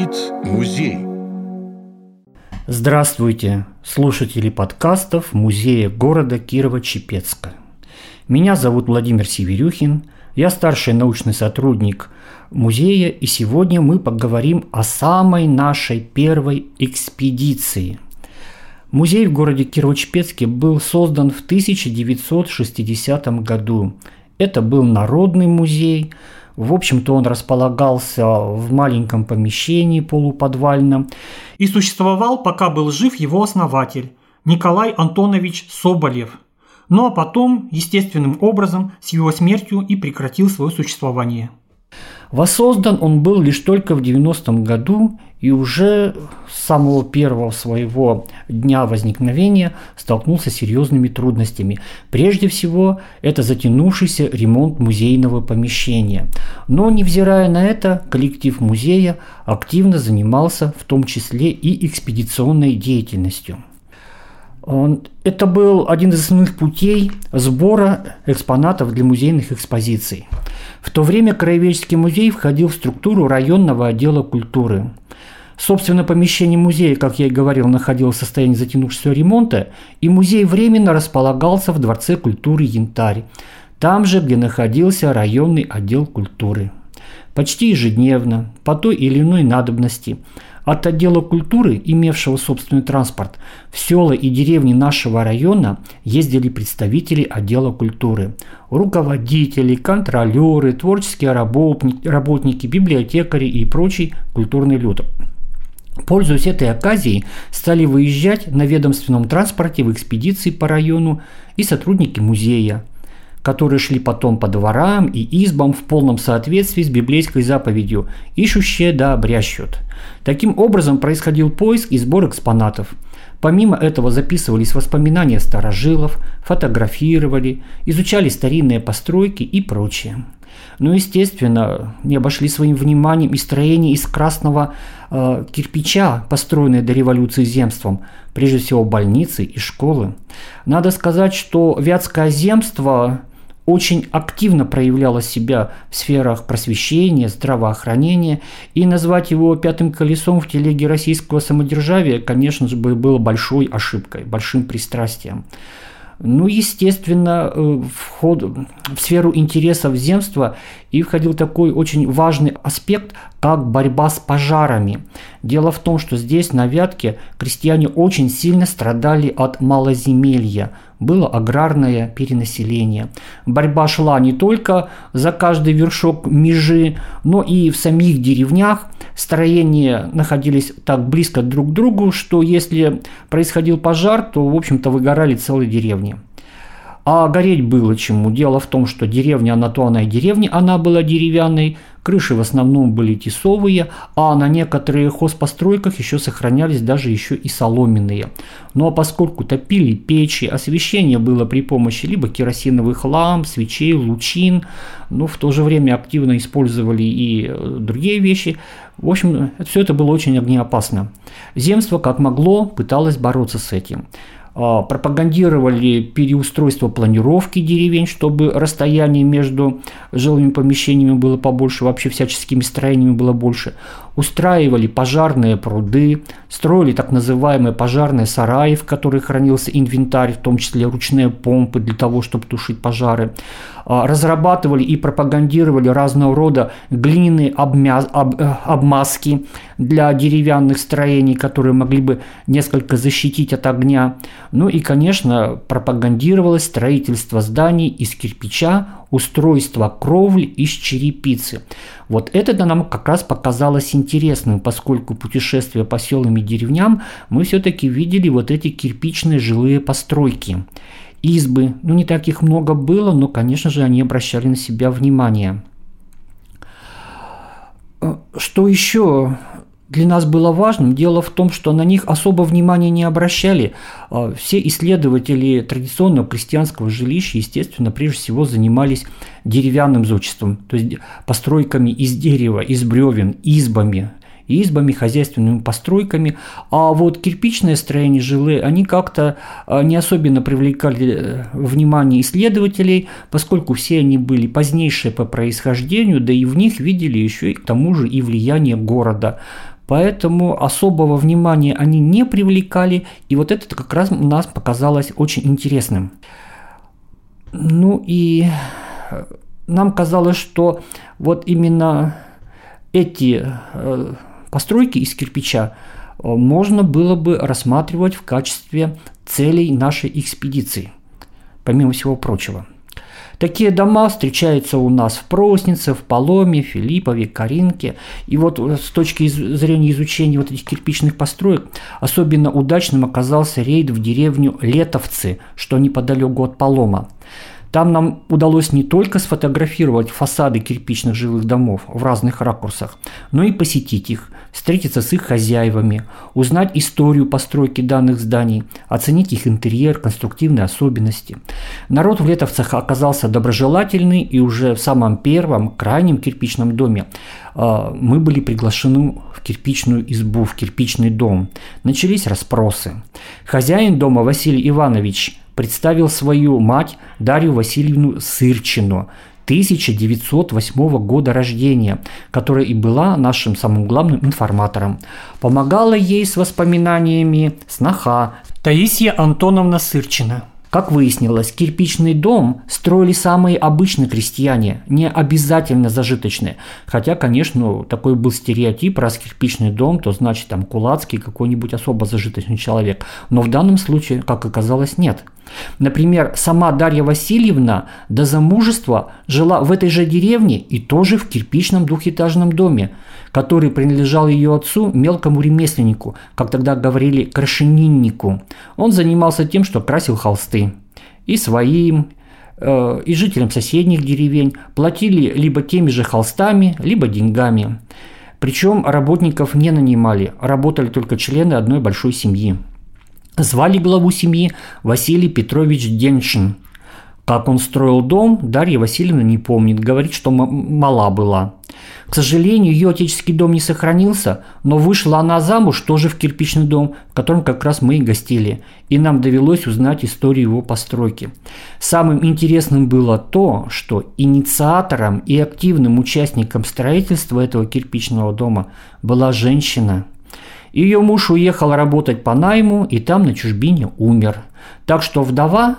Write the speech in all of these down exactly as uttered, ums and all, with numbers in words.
Говорит музей. Здравствуйте, слушатели подкастов Музея города Кирово-Чепецка. Меня зовут Владимир Северюхин, я старший научный сотрудник музея, и сегодня мы поговорим о самой нашей первой экспедиции. Музей в городе Кирово-Чепецке был создан в тысяча девятьсот шестидесятом году. Это был народный музей. В общем-то, он располагался в маленьком помещении полуподвальном и существовал, пока был жив его основатель Николай Антонович Соболев. Ну а потом, естественным образом, с его смертью и прекратил свое существование. Воссоздан он был лишь только в девяностом году, и уже с самого первого своего дня возникновения столкнулся с серьезными трудностями. Прежде всего, это затянувшийся ремонт музейного помещения. Но, невзирая на это, коллектив музея активно занимался в том числе и экспедиционной деятельностью. Это был один из основных путей сбора экспонатов для музейных экспозиций. В то время Краеведческий музей входил в структуру районного отдела культуры. Собственно, помещение музея, как я и говорил, находилось в состоянии затянувшегося ремонта, и музей временно располагался в Дворце культуры «Янтарь», там же, где находился районный отдел культуры. Почти ежедневно, по той или иной надобности, от отдела культуры, имевшего собственный транспорт, в села и деревни нашего района ездили представители отдела культуры, руководители, контролеры, творческие работники, библиотекари и прочий культурный люд. Пользуясь этой оказией, стали выезжать на ведомственном транспорте в экспедиции по району и сотрудники музея, которые шли потом по дворам и избам в полном соответствии с библейской заповедью «Ищущие да обрящут». Таким образом происходил поиск и сбор экспонатов. Помимо этого записывались воспоминания старожилов, фотографировали, изучали старинные постройки и прочее. Но, естественно, не обошли своим вниманием и строение из красного э, кирпича, построенное до революции земством, прежде всего больницы и школы. Надо сказать, что Вятское земство очень активно проявляло себя в сферах просвещения, здравоохранения, и назвать его пятым колесом в телеге российского самодержавия, конечно же, было большой ошибкой, большим пристрастием. Ну, естественно, вход в сферу интересов земства и входил такой очень важный аспект, как борьба с пожарами. Дело в том, что здесь, на Вятке, крестьяне очень сильно страдали от малоземелья. Было аграрное перенаселение. Борьба шла не только за каждый вершок межи, но и в самих деревнях. Строения находились так близко друг к другу, что если происходил пожар, то, в общем-то, выгорали целые деревни. А гореть было чему. Дело в том, что деревня, она то она и деревня, она была деревянной, крыши в основном были тесовые, а на некоторых хозпостройках еще сохранялись даже еще и соломенные. Ну а поскольку топили печи, освещение было при помощи либо керосиновых ламп, свечей, лучин, но в то же время активно использовали и другие вещи. В общем, все это было очень огнеопасно. Земство, как могло, пыталось бороться с этим. Пропагандировали переустройство планировки деревень, чтобы расстояние между жилыми помещениями было побольше, вообще всяческими строениями было больше. Устраивали пожарные пруды, строили так называемые пожарные сараи, в которых хранился инвентарь, в том числе ручные помпы для того, чтобы тушить пожары. Разрабатывали и пропагандировали разного рода глиняные обмяз, об, обмазки для деревянных строений, которые могли бы несколько защитить от огня. Ну и, конечно, пропагандировалось строительство зданий из кирпича, устройство кровли из черепицы. Вот это нам как раз показалось интересным, поскольку путешествуя по селам и деревням, мы все-таки видели вот эти кирпичные жилые постройки. Избы, ну не так их много было, но, конечно же, они обращали на себя внимание. Что еще для нас было важным? Дело в том, что на них особо внимания не обращали. Все исследователи традиционного крестьянского жилища, естественно, прежде всего занимались деревянным зодчеством, то есть постройками из дерева, из бревен, избами. избами, хозяйственными постройками. А вот кирпичные строения жилые, они как-то не особенно привлекали внимание исследователей, поскольку все они были позднейшие по происхождению, да и в них видели еще и к тому же и влияние города. поэтому особого внимания они не привлекали, и вот это как раз нас показалось очень интересным. Ну и нам казалось, что вот именно эти постройки из кирпича можно было бы рассматривать в качестве целей нашей экспедиции, помимо всего прочего. Такие дома встречаются у нас в Проснице, в Поломе, в Филиппове, Каринке. И вот с точки зрения изучения вот этих кирпичных построек особенно удачным оказался рейд в деревню Летовцы, что неподалеку от Полома. Там нам удалось не только сфотографировать фасады кирпичных жилых домов в разных ракурсах, но и посетить их, встретиться с их хозяевами, узнать историю постройки данных зданий, оценить их интерьер, конструктивные особенности. Народ в Летовцах оказался доброжелательный, и уже в самом первом, крайнем кирпичном доме э, мы были приглашены в кирпичную избу, в кирпичный дом. Начались расспросы. Хозяин дома Василий Иванович представил свою мать Дарью Васильевну Сырчину, тысяча девятьсот восьмого года рождения, которая и была нашим самым главным информатором. Помогала ей с воспоминаниями сноха Таисия Антоновна Сырчина. Как выяснилось, кирпичный дом строили самые обычные крестьяне, не обязательно зажиточные. Хотя, конечно, такой был стереотип, раз кирпичный дом, то значит там кулацкий, какой-нибудь особо зажиточный человек. Но в данном случае, как оказалось, нет. Например, сама Дарья Васильевна до замужества жила в этой же деревне и тоже в кирпичном двухэтажном доме, который принадлежал ее отцу, мелкому ремесленнику, как тогда говорили, крашениннику. Он занимался тем, что красил холсты. И своим, э, и жителям соседних деревень платили либо теми же холстами, либо деньгами. Причем работников не нанимали, работали только члены одной большой семьи. Звали главу семьи Василий Петрович Деншин. Как он строил дом, Дарья Васильевна не помнит, говорит, что м- мала была. К сожалению, ее отеческий дом не сохранился, но вышла она замуж тоже в кирпичный дом, в котором как раз мы и гостили, и нам довелось узнать историю его постройки. Самым интересным было то, что инициатором и активным участником строительства этого кирпичного дома была женщина. Ее муж уехал работать по найму и там на чужбине умер. Так что вдова,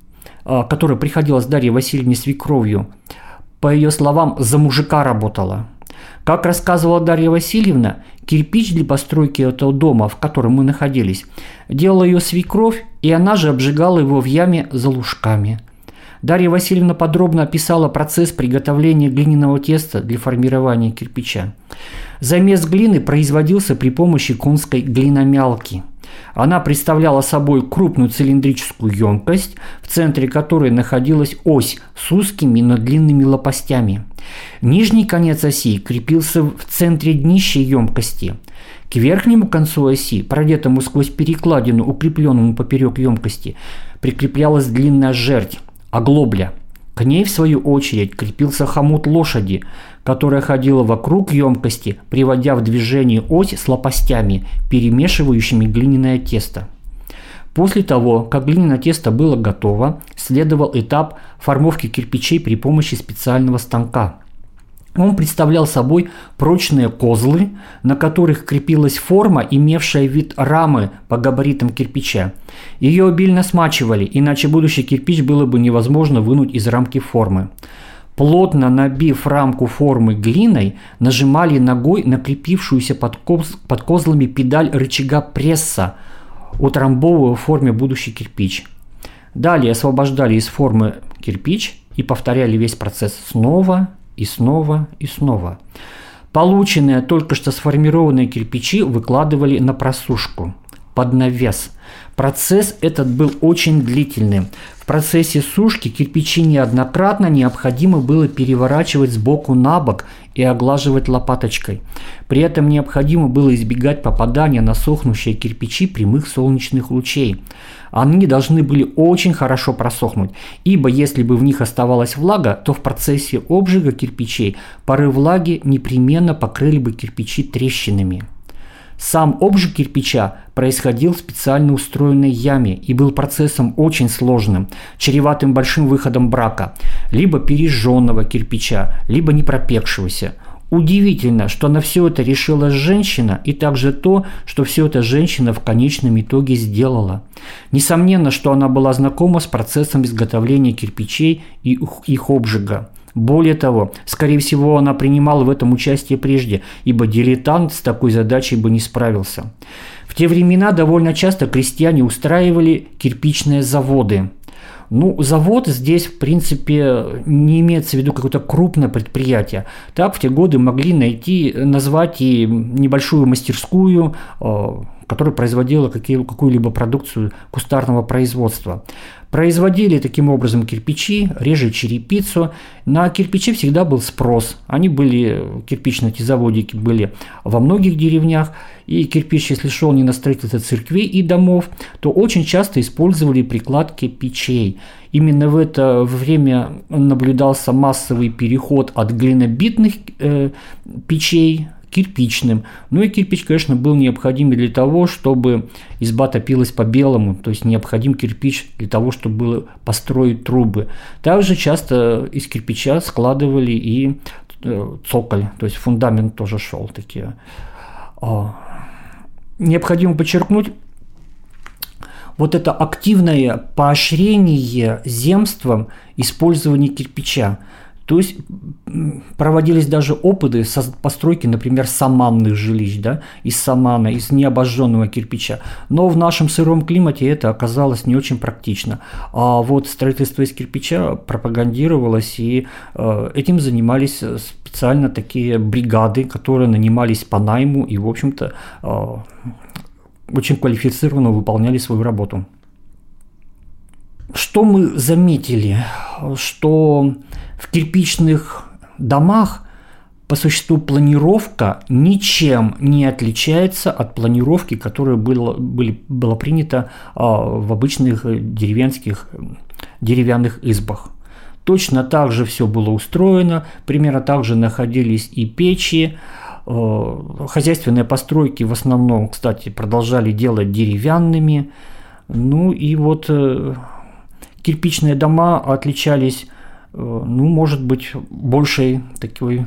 которая приходилась Дарье Васильевне свекровью, по ее словам, за мужика работала. Как рассказывала Дарья Васильевна, кирпич для постройки этого дома, в котором мы находились, делала ее свекровь, и она же обжигала его в яме за лужками. Дарья Васильевна подробно описала процесс приготовления глиняного теста для формирования кирпича. Замес глины производился при помощи конской глиномялки. Она представляла собой крупную цилиндрическую емкость, в центре которой находилась ось с узкими, но длинными лопастями. Нижний конец оси крепился в центре днища емкости. К верхнему концу оси, продетому сквозь перекладину, укрепленному поперек емкости, прикреплялась длинная жердь, оглобля. К ней, в свою очередь, крепился хомут лошади, которая ходила вокруг емкости, приводя в движение ось с лопастями, перемешивающими глиняное тесто. После того, как глиняное тесто было готово, следовал этап формовки кирпичей при помощи специального станка. Он представлял собой прочные козлы, на которых крепилась форма, имевшая вид рамы по габаритам кирпича. Ее обильно смачивали, иначе будущий кирпич было бы невозможно вынуть из рамки формы. Плотно набив рамку формы глиной, нажимали ногой на крепившуюся под, коз, под козлами педаль рычага пресса, утрамбовывая в форме будущий кирпич. Далее освобождали из формы кирпич и повторяли весь процесс снова и снова и снова. Полученные только что сформированные кирпичи выкладывали на просушку под навес. Процесс этот был очень длительным. В процессе сушки кирпичи неоднократно необходимо было переворачивать сбоку на бок и оглаживать лопаточкой. При этом необходимо было избегать попадания на сохнущие кирпичи прямых солнечных лучей. Они должны были очень хорошо просохнуть, ибо если бы в них оставалась влага, то в процессе обжига кирпичей пары влаги непременно покрыли бы кирпичи трещинами. Сам обжиг кирпича происходил в специально устроенной яме и был процессом очень сложным, чреватым большим выходом брака, либо пережженного кирпича, либо непропекшегося. Удивительно, что на все это решила женщина, и также то, что все это женщина в конечном итоге сделала. Несомненно, что она была знакома с процессом изготовления кирпичей и их обжига. Более того, скорее всего, она принимала в этом участие прежде, ибо дилетант с такой задачей бы не справился. В те времена довольно часто крестьяне устраивали кирпичные заводы. Ну, завод здесь, в принципе, не имеется в виду какое-то крупное предприятие. Так в те годы могли найти, назвать и небольшую мастерскую, которая производила какую-либо продукцию кустарного производства. Производили таким образом кирпичи, реже черепицу. На кирпичи всегда был спрос. Они были, кирпичные эти заводики были во многих деревнях. И кирпич, если шел не на строительство церквей и домов, то очень часто использовали прикладки печей. Именно в это время наблюдался массовый переход от глинобитных э, печей к кирпичным. Ну и кирпич, конечно, был необходим для того, чтобы изба топилась по-белому, то есть необходим кирпич для того, чтобы было построить трубы. Также часто из кирпича складывали и цоколь, то есть фундамент тоже шел такие. Необходимо подчеркнуть вот это активное поощрение земством использования кирпича. То есть проводились даже опыты со постройки, например, саманных жилищ, да, из самана, из необожженного кирпича. Но в нашем сыром климате это оказалось не очень практично. А вот строительство из кирпича пропагандировалось, и э, этим занимались специально такие бригады, которые нанимались по найму и, в общем-то, э, очень квалифицированно выполняли свою работу. Что мы заметили? Что в кирпичных домах по существу планировка ничем не отличается от планировки, которая была, были, была принята а, в обычных деревенских деревянных избах. Точно так же все было устроено, примерно так же находились и печи. Хозяйственные постройки в основном, кстати, продолжали делать деревянными. Ну и вот кирпичные дома отличались, ну, может быть, большей такой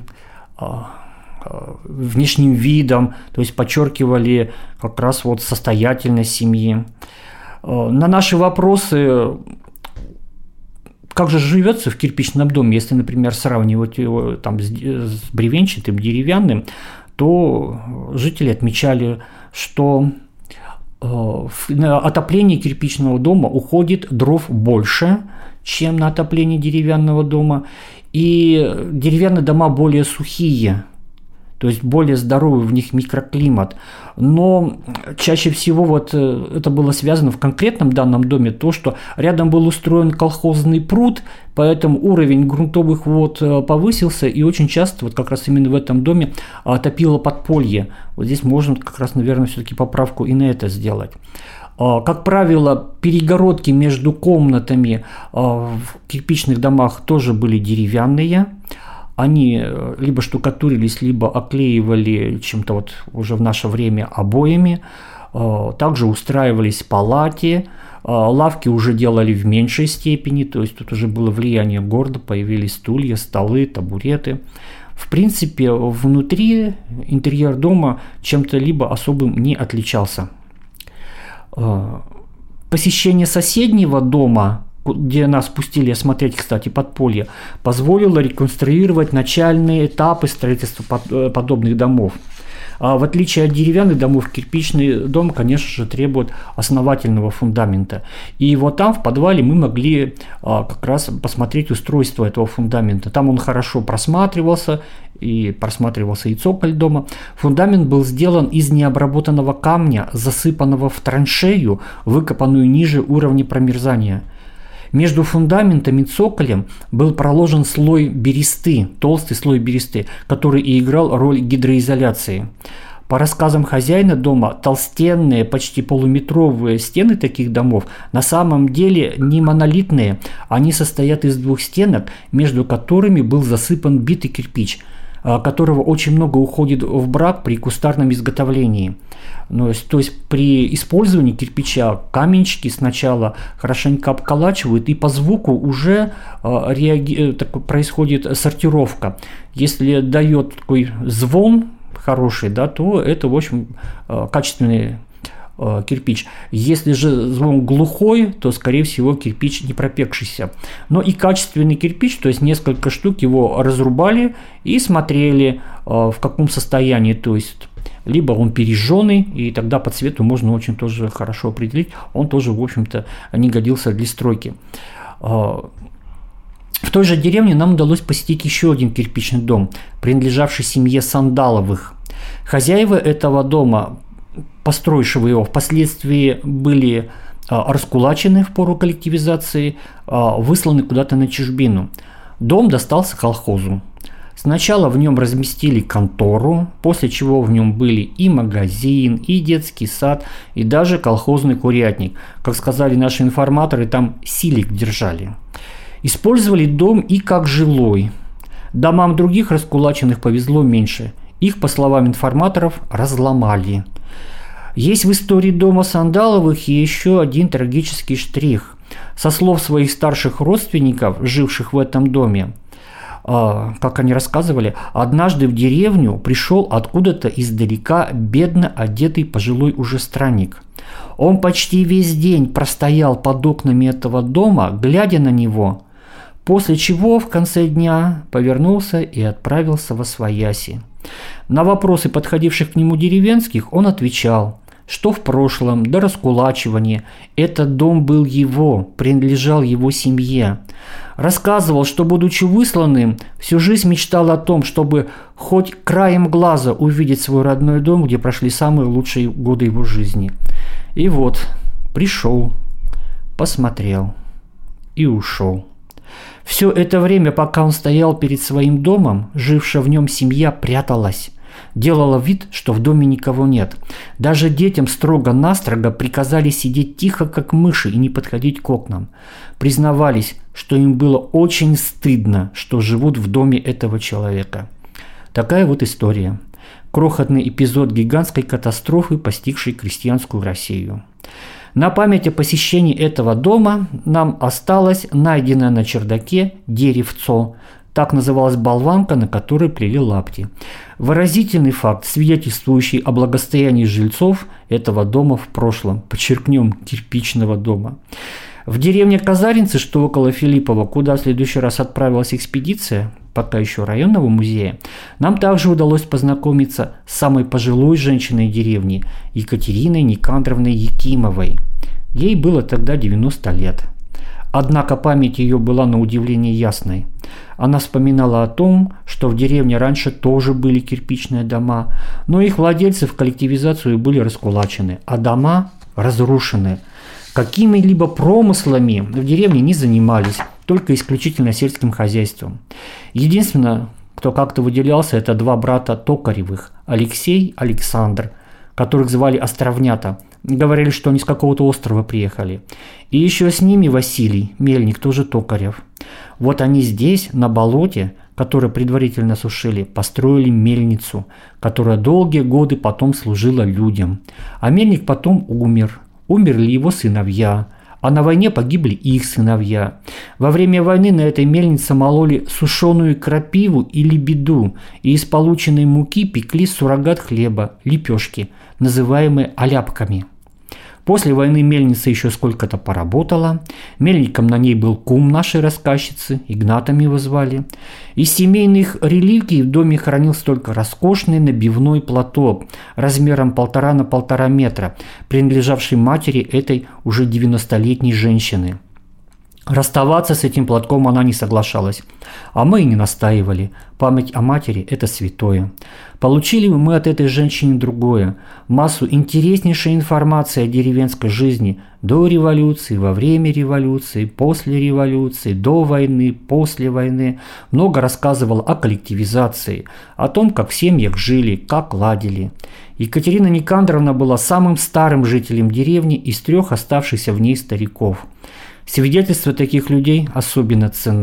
внешним видом, то есть подчеркивали как раз вот состоятельность семьи. На наши вопросы, как же живется в кирпичном доме, если, например, сравнивать его там с, с бревенчатым, деревянным, то жители отмечали, что э, на отопление кирпичного дома уходит дров больше, чем на отопление деревянного дома, и деревянные дома более сухие, то есть более здоровый в них микроклимат. Но чаще всего вот это было связано в конкретном данном доме, то, что рядом был устроен колхозный пруд, поэтому уровень грунтовых вод повысился, и очень часто вот как раз именно в этом доме топило подполье. Вот здесь можно как раз, наверное, все-таки поправку и на это сделать. Как правило, перегородки между комнатами в кирпичных домах тоже были деревянные. Они либо штукатурились, либо оклеивали чем-то вот уже в наше время обоями. Также устраивались палати. Лавки уже делали в меньшей степени, то есть тут уже было влияние города, появились стулья, столы, табуреты. В принципе, внутри интерьер дома чем-то либо особым не отличался. Посещение соседнего дома, где нас пустили осмотреть, кстати, подполье, позволило реконструировать начальные этапы строительства подобных домов. В отличие от деревянных домов, кирпичный дом, конечно же, требует основательного фундамента. И вот там, в подвале, мы могли как раз посмотреть устройство этого фундамента. Там он хорошо просматривался, и просматривался и цоколь дома. Фундамент был сделан из необработанного камня, засыпанного в траншею, выкопанную ниже уровня промерзания. Между фундаментом и цоколем был проложен слой бересты, толстый слой бересты, который и играл роль гидроизоляции. По рассказам хозяина дома, толстенные, почти полуметровые стены таких домов на самом деле не монолитные, они состоят из двух стенок, между которыми был засыпан битый кирпич. которого очень много уходит в брак при кустарном изготовлении. Ну, то есть при использовании кирпича каменщики сначала хорошенько обколачивают, и по звуку уже реаги... так, происходит сортировка. Если дает такой звон хороший, да, то это, в общем, качественный кирпич. Если же звон глухой, то, скорее всего, кирпич не пропекшийся. Но и качественный кирпич, то есть несколько штук его разрубали и смотрели, в каком состоянии, то есть либо он пережженный, и тогда по цвету можно очень тоже хорошо определить, он тоже, в общем-то, не годился для стройки. В той же деревне нам удалось посетить еще один кирпичный дом, принадлежавший семье Сандаловых. Хозяева этого дома, построившие его, впоследствии были раскулачены в пору коллективизации, высланы куда-то на чужбину. Дом достался колхозу. Сначала в нем разместили контору, после чего в нем были и магазин, и детский сад, и даже колхозный курятник. Как сказали наши информаторы, там силик держали. Использовали дом и как жилой. Домам других раскулаченных повезло меньше. Их, по словам информаторов, разломали. Есть в истории дома Сандаловых и еще один трагический штрих. Со слов своих старших родственников, живших в этом доме, как они рассказывали, однажды в деревню пришел откуда-то издалека бедно одетый пожилой уже странник. Он почти весь день простоял под окнами этого дома, глядя на него, после чего в конце дня повернулся и отправился восвояси. На вопросы подходивших к нему деревенских он отвечал, что в прошлом, до раскулачивания, этот дом был его, принадлежал его семье. Рассказывал, что, будучи высланным, всю жизнь мечтал о том, чтобы хоть краем глаза увидеть свой родной дом, где прошли самые лучшие годы его жизни. И вот, пришел, посмотрел и ушел. Все это время, пока он стоял перед своим домом, жившая в нем семья пряталась. Делала вид, что в доме никого нет. Даже детям строго-настрого приказали сидеть тихо, как мыши, и не подходить к окнам. Признавались, что им было очень стыдно, что живут в доме этого человека. Такая вот история. Крохотный эпизод гигантской катастрофы, постигшей крестьянскую Россию. На память о посещении этого дома нам осталось найденное на чердаке деревцо. Так называлась болванка, на которой плели лапти. Выразительный факт, свидетельствующий о благосостоянии жильцов этого дома в прошлом. Подчеркнем, кирпичного дома. В деревне Казаринцы, что около Филиппова, куда в следующий раз отправилась экспедиция, пока еще районного музея, нам также удалось познакомиться с самой пожилой женщиной деревни, Екатериной Никандровной Якимовой. Ей было тогда девяносто лет. Однако память ее была на удивление ясной. Она вспоминала о том, что в деревне раньше тоже были кирпичные дома, но их владельцы в коллективизацию были раскулачены, а дома разрушены. Какими-либо промыслами в деревне не занимались, только исключительно сельским хозяйством. Единственное, кто как-то выделялся, это два брата Токаревых, Алексей, Александр, которых звали Островнята. Говорили, что они с какого-то острова приехали. И еще с ними Василий, мельник, тоже Токарев. Вот они здесь, на болоте, которое предварительно сушили, построили мельницу, которая долгие годы потом служила людям. А мельник потом умер. Умерли его сыновья, а на войне погибли их сыновья. Во время войны на этой мельнице мололи сушеную крапиву и лебеду, и из полученной муки пекли суррогат хлеба, лепешки, называемые аляпками. После войны мельница еще сколько-то поработала. Мельником на ней был кум нашей рассказчицы, Игнатом его звали. Из семейных реликвий в доме хранился только роскошный набивной платок размером полтора на полтора метра, принадлежавший матери этой уже девяностолетней женщины. Расставаться с этим платком она не соглашалась, а мы и не настаивали. Память о матери – это святое. Получили мы от этой женщины другое – массу интереснейшей информации о деревенской жизни до революции, во время революции, после революции, до войны, после войны. Много рассказывала о коллективизации, о том, как в семьях жили, как ладили. Екатерина Никандровна была самым старым жителем деревни из трех оставшихся в ней стариков. Свидетельства таких людей особенно ценны.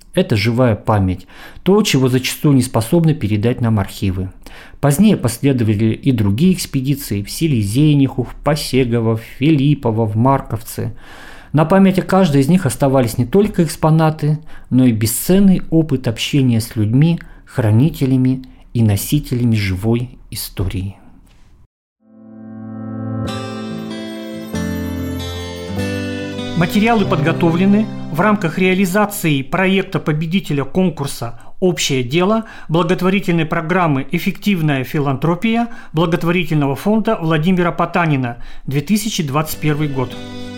Это живая память, то, чего зачастую не способны передать нам архивы. Позднее последовали и другие экспедиции в Селезениху, в Посегово, в Филиппово, в Марковцы. На памяти каждой из них оставались не только экспонаты, но и бесценный опыт общения с людьми, хранителями и носителями живой истории. Материалы подготовлены в рамках реализации проекта победителя конкурса «Общее дело» благотворительной программы «Эффективная филантропия» благотворительного фонда Владимира Потанина, две тысячи двадцать первый год.